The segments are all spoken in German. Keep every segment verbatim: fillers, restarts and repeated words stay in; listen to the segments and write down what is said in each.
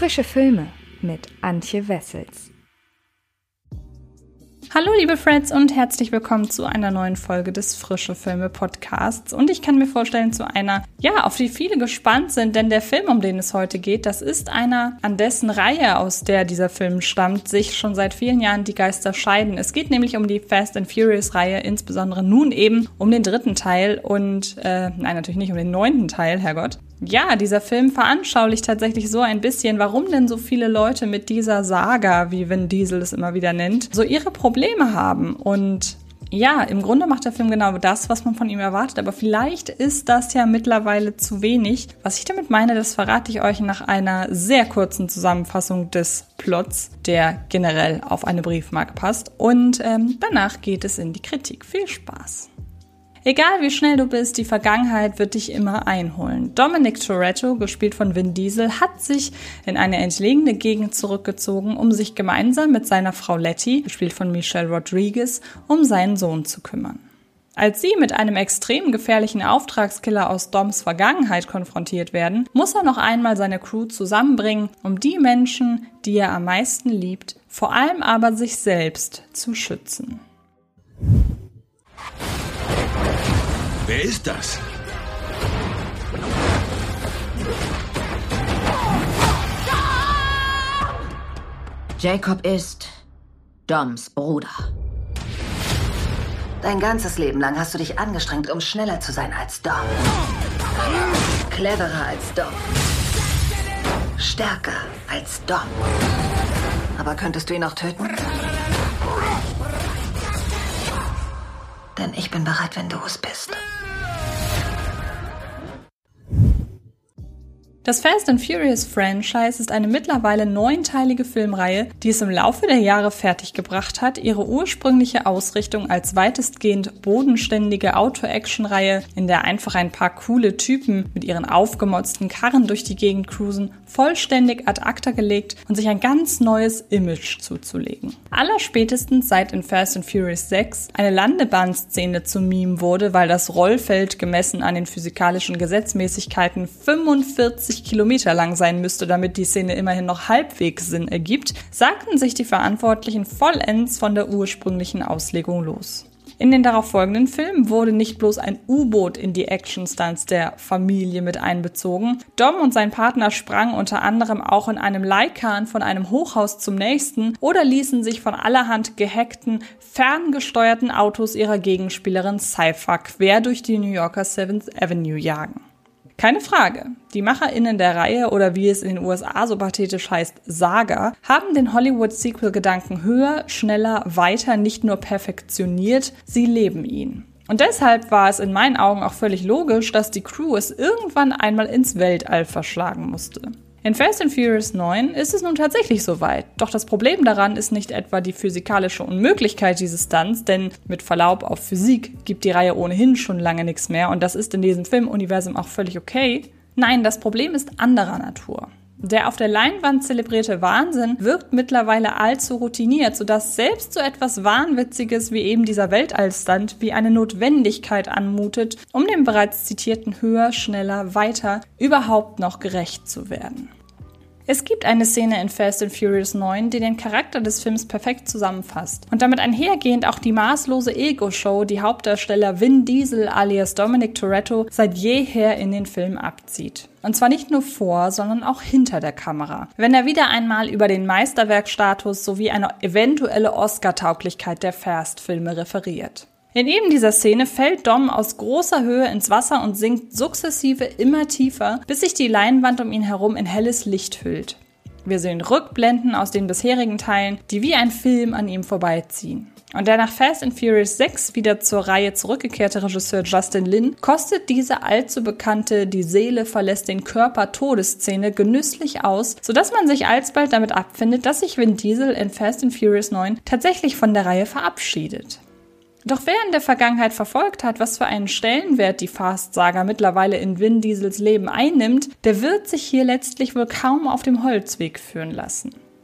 Frische Filme mit Antje Wessels. Hallo liebe Freds und herzlich willkommen zu einer neuen Folge des Frische Filme Podcasts. Und ich kann mir vorstellen, zu einer, ja, auf die viele gespannt sind, denn der Film, um den es heute geht, das ist einer, an dessen Reihe, aus der dieser Film stammt, sich schon seit vielen Jahren die Geister scheiden. Es geht nämlich um die Fast and Furious Reihe, insbesondere nun eben um den dritten Teil und, äh, nein, natürlich nicht um den neunten Teil, Herrgott. Ja, dieser Film veranschaulicht tatsächlich so ein bisschen, warum denn so viele Leute mit dieser Saga, wie Vin Diesel es immer wieder nennt, so ihre Probleme haben. Und ja, im Grunde macht der Film genau das, was man von ihm erwartet, aber vielleicht ist das ja mittlerweile zu wenig. Was ich damit meine, das verrate ich euch nach einer sehr kurzen Zusammenfassung des Plots, der generell auf eine Briefmarke passt. Und ähm, danach geht es in die Kritik. Viel Spaß! Egal wie schnell du bist, die Vergangenheit wird dich immer einholen. Dominic Toretto, gespielt von Vin Diesel, hat sich in eine entlegene Gegend zurückgezogen, um sich gemeinsam mit seiner Frau Letty, gespielt von Michelle Rodriguez, um seinen Sohn zu kümmern. Als sie mit einem extrem gefährlichen Auftragskiller aus Doms Vergangenheit konfrontiert werden, muss er noch einmal seine Crew zusammenbringen, um die Menschen, die er am meisten liebt, vor allem aber sich selbst zu schützen. Wer ist das? Jacob ist Doms Bruder. Dein ganzes Leben lang hast du dich angestrengt, um schneller zu sein als Dom. Cleverer als Dom. Stärker als Dom. Aber könntest du ihn auch töten? Denn ich bin bereit, wenn du es bist. Das Fast and Furious Franchise ist eine mittlerweile neunteilige Filmreihe, die es im Laufe der Jahre fertiggebracht hat, ihre ursprüngliche Ausrichtung als weitestgehend bodenständige Auto-Action-Reihe, in der einfach ein paar coole Typen mit ihren aufgemotzten Karren durch die Gegend cruisen, vollständig ad acta gelegt und sich ein ganz neues Image zuzulegen. Allerspätestens seit in Fast and Furious sechs eine Landebahnszene zum Meme wurde, weil das Rollfeld gemessen an den physikalischen Gesetzmäßigkeiten fünfundvierzig Kilometer lang sein müsste, damit die Szene immerhin noch halbwegs Sinn ergibt, sagten sich die Verantwortlichen vollends von der ursprünglichen Auslegung los. In den darauffolgenden Filmen wurde nicht bloß ein U-Boot in die Action-Stunts der Familie mit einbezogen. Dom und sein Partner sprangen unter anderem auch in einem Lycan von einem Hochhaus zum nächsten oder ließen sich von allerhand gehackten, ferngesteuerten Autos ihrer Gegenspielerin Cypher quer durch die New Yorker Seventh Avenue jagen. Keine Frage, die MacherInnen der Reihe oder wie es in den U S A so pathetisch heißt, Saga, haben den Hollywood-Sequel-Gedanken höher, schneller, weiter nicht nur perfektioniert, sie leben ihn. Und deshalb war es in meinen Augen auch völlig logisch, dass die Crew es irgendwann einmal ins Weltall verschlagen musste. In Fast and Furious neun ist es nun tatsächlich soweit. Doch das Problem daran ist nicht etwa die physikalische Unmöglichkeit dieses Stunts, denn mit Verlaub auf Physik gibt die Reihe ohnehin schon lange nichts mehr und das ist in diesem Filmuniversum auch völlig okay. Nein, das Problem ist anderer Natur. Der auf der Leinwand zelebrierte Wahnsinn wirkt mittlerweile allzu routiniert, sodass selbst so etwas Wahnwitziges wie eben dieser Weltallstunt wie eine Notwendigkeit anmutet, um dem bereits zitierten höher, schneller, weiter überhaupt noch gerecht zu werden. Es gibt eine Szene in Fast and Furious neun, die den Charakter des Films perfekt zusammenfasst und damit einhergehend auch die maßlose Ego-Show, die Hauptdarsteller Vin Diesel alias Dominic Toretto seit jeher in den Film abzieht. Und zwar nicht nur vor, sondern auch hinter der Kamera, wenn er wieder einmal über den Meisterwerkstatus sowie eine eventuelle Oscar-Tauglichkeit der Fast-Filme referiert. In eben dieser Szene fällt Dom aus großer Höhe ins Wasser und sinkt sukzessive immer tiefer, bis sich die Leinwand um ihn herum in helles Licht hüllt. Wir sehen Rückblenden aus den bisherigen Teilen, die wie ein Film an ihm vorbeiziehen. Und der nach Fast and Furious sechs wieder zur Reihe zurückgekehrte Regisseur Justin Lin kostet diese allzu bekannte Die Seele verlässt den Körper Todesszene genüsslich aus, sodass man sich alsbald damit abfindet, dass sich Vin Diesel in Fast and Furious neun tatsächlich von der Reihe verabschiedet. Doch wer in der Vergangenheit verfolgt hat, was für einen Stellenwert die Fast-Saga mittlerweile in Vin Diesels Leben einnimmt, der wird sich hier letztlich wohl kaum auf dem Holzweg führen lassen.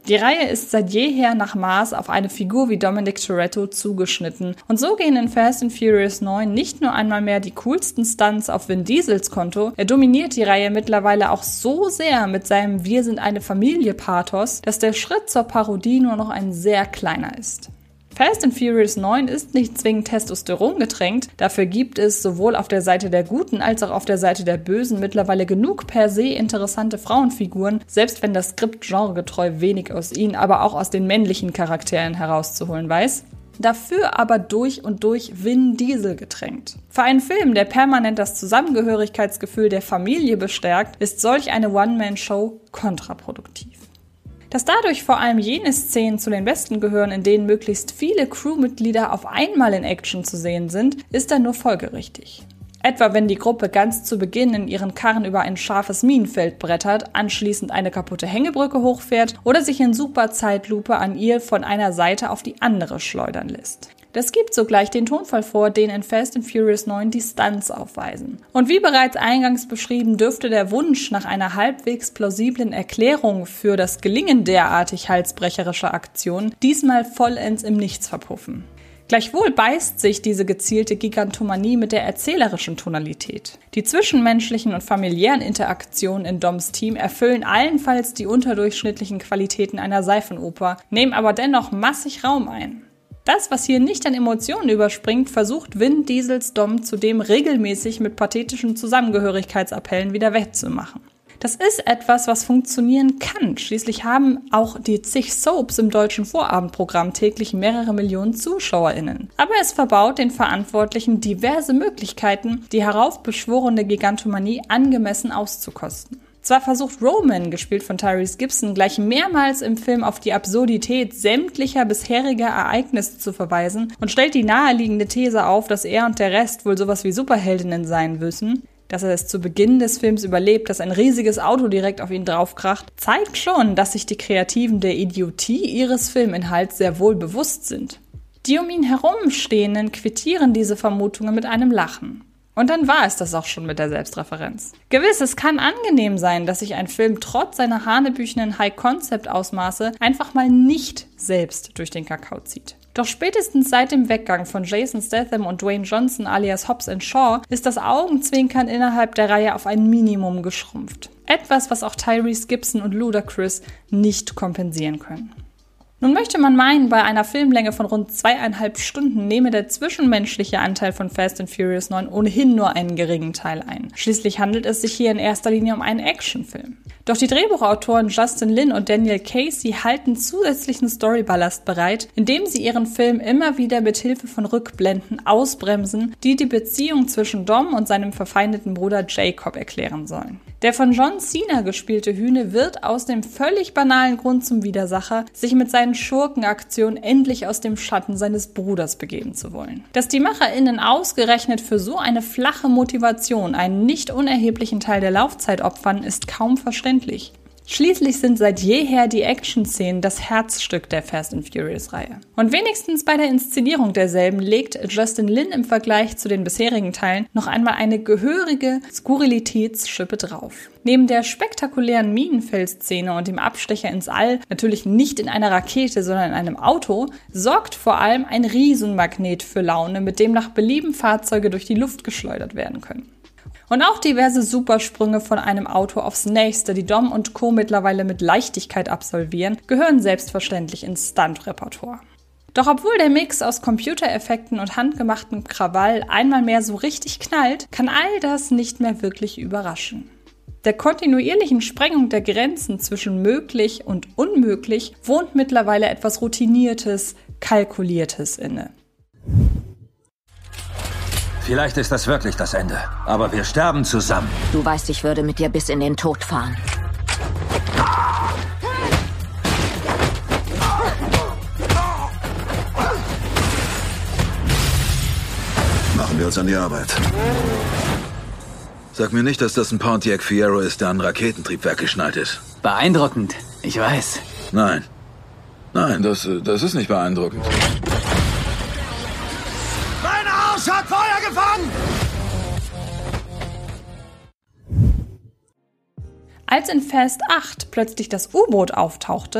Die Reihe ist seit jeher nach Maß auf eine Figur wie Dominic Toretto zugeschnitten. Und so gehen in Fast and Furious neun nicht nur einmal mehr die coolsten Stunts auf Vin Diesels Konto, er dominiert die Reihe mittlerweile auch so sehr mit seinem Wir sind eine Familie-Pathos, dass der Schritt zur Parodie nur noch ein sehr kleiner ist. Fast and Furious neun ist nicht zwingend Testosteron getränkt, dafür gibt es sowohl auf der Seite der Guten als auch auf der Seite der Bösen mittlerweile genug per se interessante Frauenfiguren, selbst wenn das Skript genregetreu wenig aus ihnen, aber auch aus den männlichen Charakteren herauszuholen weiß. Dafür aber durch und durch Vin Diesel getränkt. Für einen Film, der permanent das Zusammengehörigkeitsgefühl der Familie bestärkt, ist solch eine One-Man-Show kontraproduktiv. Dass dadurch vor allem jene Szenen zu den besten gehören, in denen möglichst viele Crewmitglieder auf einmal in Action zu sehen sind, ist dann nur folgerichtig. Etwa wenn die Gruppe ganz zu Beginn in ihren Karren über ein scharfes Minenfeld brettert, anschließend eine kaputte Hängebrücke hochfährt oder sich in Super-Zeitlupe an ihr von einer Seite auf die andere schleudern lässt. Das gibt sogleich den Tonfall vor, den in Fast and Furious neun die Stunts aufweisen. Und wie bereits eingangs beschrieben, dürfte der Wunsch nach einer halbwegs plausiblen Erklärung für das Gelingen derartig halsbrecherischer Aktionen diesmal vollends im Nichts verpuffen. Gleichwohl beißt sich diese gezielte Gigantomanie mit der erzählerischen Tonalität. Die zwischenmenschlichen und familiären Interaktionen in Doms Team erfüllen allenfalls die unterdurchschnittlichen Qualitäten einer Seifenoper, nehmen aber dennoch massig Raum ein. Das, was hier nicht an Emotionen überspringt, versucht Vin Diesels Dom zudem regelmäßig mit pathetischen Zusammengehörigkeitsappellen wieder wettzumachen. Das ist etwas, was funktionieren kann. Schließlich haben auch die zig Soaps im deutschen Vorabendprogramm täglich mehrere Millionen ZuschauerInnen. Aber es verbaut den Verantwortlichen diverse Möglichkeiten, die heraufbeschworene Gigantomanie angemessen auszukosten. Zwar versucht Roman, gespielt von Tyrese Gibson, gleich mehrmals im Film auf die Absurdität sämtlicher bisheriger Ereignisse zu verweisen und stellt die naheliegende These auf, dass er und der Rest wohl sowas wie Superheldinnen sein müssen. Dass er es zu Beginn des Films überlebt, dass ein riesiges Auto direkt auf ihn draufkracht, zeigt schon, dass sich die Kreativen der Idiotie ihres Filminhalts sehr wohl bewusst sind. Die um ihn herumstehenden quittieren diese Vermutungen mit einem Lachen. Und dann war es das auch schon mit der Selbstreferenz. Gewiss, es kann angenehm sein, dass sich ein Film trotz seiner hanebüchenen High-Concept-Ausmaße einfach mal nicht selbst durch den Kakao zieht. Doch spätestens seit dem Weggang von Jason Statham und Dwayne Johnson alias Hobbs and Shaw ist das Augenzwinkern innerhalb der Reihe auf ein Minimum geschrumpft. Etwas, was auch Tyrese Gibson und Ludacris nicht kompensieren können. Nun möchte man meinen, bei einer Filmlänge von rund zweieinhalb Stunden nehme der zwischenmenschliche Anteil von Fast and Furious neun ohnehin nur einen geringen Teil ein. Schließlich handelt es sich hier in erster Linie um einen Actionfilm. Doch die Drehbuchautoren Justin Lin und Daniel Casey halten zusätzlichen Storyballast bereit, indem sie ihren Film immer wieder mit Hilfe von Rückblenden ausbremsen, die die Beziehung zwischen Dom und seinem verfeindeten Bruder Jacob erklären sollen. Der von John Cena gespielte Hühne wird aus dem völlig banalen Grund zum Widersacher, sich mit seinen Schurkenaktionen endlich aus dem Schatten seines Bruders begeben zu wollen. Dass die MacherInnen ausgerechnet für so eine flache Motivation einen nicht unerheblichen Teil der Laufzeit opfern, ist kaum verständlich. Schließlich sind seit jeher die Action-Szenen das Herzstück der Fast and Furious-Reihe. Und wenigstens bei der Inszenierung derselben legt Justin Lin im Vergleich zu den bisherigen Teilen noch einmal eine gehörige Skurrilitätsschippe drauf. Neben der spektakulären Minenfeldszene und dem Abstecher ins All, natürlich nicht in einer Rakete, sondern in einem Auto, sorgt vor allem ein Riesenmagnet für Laune, mit dem nach Belieben Fahrzeuge durch die Luft geschleudert werden können. Und auch diverse Supersprünge von einem Auto aufs nächste, die Dom und Co. mittlerweile mit Leichtigkeit absolvieren, gehören selbstverständlich ins Stunt-Repertoire. Doch obwohl der Mix aus Computereffekten und handgemachtem Krawall einmal mehr so richtig knallt, kann all das nicht mehr wirklich überraschen. Der kontinuierlichen Sprengung der Grenzen zwischen möglich und unmöglich wohnt mittlerweile etwas Routiniertes, Kalkuliertes inne. Vielleicht ist das wirklich das Ende, aber wir sterben zusammen. Du weißt, ich würde mit dir bis in den Tod fahren. Machen wir uns an die Arbeit. Sag mir nicht, dass das ein Pontiac Fiero ist, der an ein Raketentriebwerk geschnallt ist. Beeindruckend, ich weiß. Nein. Nein, das, das ist nicht beeindruckend. Hat Feuer gefangen! Als in Fast acht plötzlich das U-Boot auftauchte,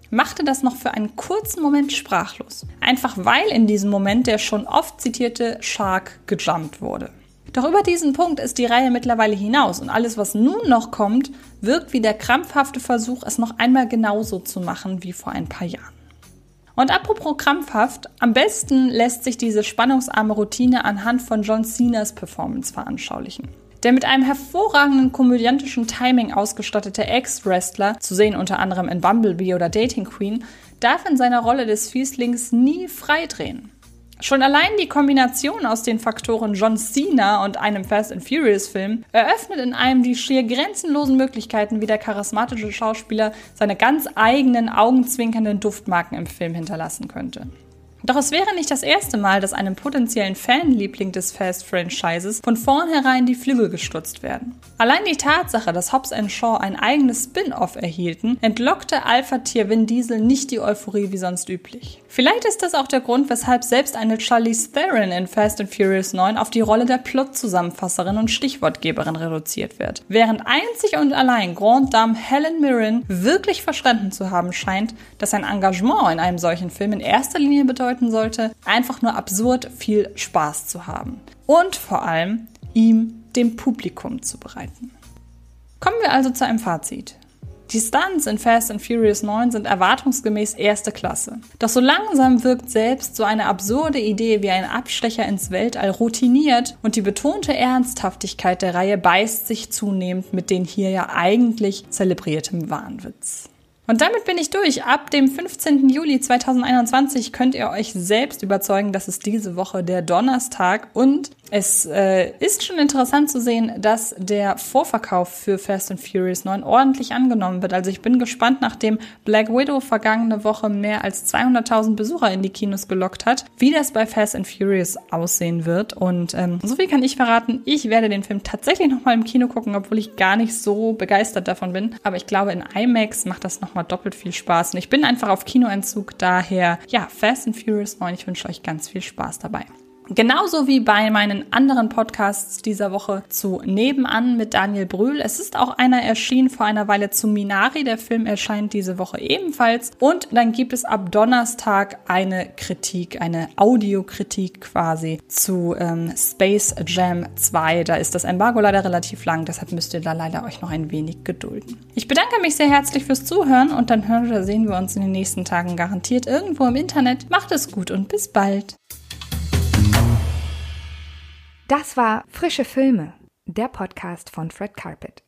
machte das noch für einen kurzen Moment sprachlos. Einfach weil in diesem Moment der schon oft zitierte Shark gejumpt wurde. Doch über diesen Punkt ist die Reihe mittlerweile hinaus und alles, was nun noch kommt, wirkt wie der krampfhafte Versuch, es noch einmal genauso zu machen wie vor ein paar Jahren. Und apropos krampfhaft, am besten lässt sich diese spannungsarme Routine anhand von John Cenas Performance veranschaulichen. Der mit einem hervorragenden komödiantischen Timing ausgestattete Ex-Wrestler, zu sehen unter anderem in Bumblebee oder Dating Queen, darf in seiner Rolle des Fieslings nie freidrehen. Schon allein die Kombination aus den Faktoren John Cena und einem Fast and Furious Film eröffnet in einem die schier grenzenlosen Möglichkeiten, wie der charismatische Schauspieler seine ganz eigenen, augenzwinkernden Duftmarken im Film hinterlassen könnte. Doch es wäre nicht das erste Mal, dass einem potenziellen Fanliebling des Fast-Franchises von vornherein die Flügel gestutzt werden. Allein die Tatsache, dass Hobbs and Shaw ein eigenes Spin-off erhielten, entlockte Alpha-Tier Vin Diesel nicht die Euphorie wie sonst üblich. Vielleicht ist das auch der Grund, weshalb selbst eine Charlize Theron in Fast and Furious neun auf die Rolle der Plot-Zusammenfasserin und Stichwortgeberin reduziert wird, während einzig und allein Grande Dame Helen Mirren wirklich verstanden zu haben scheint, dass ein Engagement in einem solchen Film in erster Linie bedeutet, sollte, einfach nur absurd viel Spaß zu haben. Und vor allem, ihm dem Publikum zu bereiten. Kommen wir also zu einem Fazit. Die Stunts in Fast and Furious neun sind erwartungsgemäß erste Klasse. Doch so langsam wirkt selbst so eine absurde Idee wie ein Abstecher ins Weltall routiniert und die betonte Ernsthaftigkeit der Reihe beißt sich zunehmend mit den hier ja eigentlich zelebriertem Wahnwitz. Und damit bin ich durch. Ab dem fünfzehnten Juli zweitausendeinundzwanzig könnt ihr euch selbst überzeugen, dass es diese Woche der Donnerstag und es äh, ist schon interessant zu sehen, dass der Vorverkauf für Fast and Furious neun ordentlich angenommen wird. Also ich bin gespannt, nachdem Black Widow vergangene Woche mehr als zweihunderttausend Besucher in die Kinos gelockt hat, wie das bei Fast and Furious aussehen wird. Und ähm, so viel kann ich verraten, ich werde den Film tatsächlich nochmal im Kino gucken, obwohl ich gar nicht so begeistert davon bin. Aber ich glaube, in IMAX macht das nochmal doppelt viel Spaß. Und ich bin einfach auf Kinoentzug, daher, ja, Fast and Furious neun, ich wünsche euch ganz viel Spaß dabei. Genauso wie bei meinen anderen Podcasts dieser Woche zu Nebenan mit Daniel Brühl. Es ist auch einer erschienen vor einer Weile zu Minari. Der Film erscheint diese Woche ebenfalls. Und dann gibt es ab Donnerstag eine Kritik, eine Audiokritik quasi zu ähm, Space Jam zwei. Da ist das Embargo leider relativ lang, deshalb müsst ihr da leider euch noch ein wenig gedulden. Ich bedanke mich sehr herzlich fürs Zuhören und dann hören oder sehen wir uns in den nächsten Tagen garantiert irgendwo im Internet. Macht es gut und bis bald. Das war Frische Filme, der Podcast von Fred Carpet.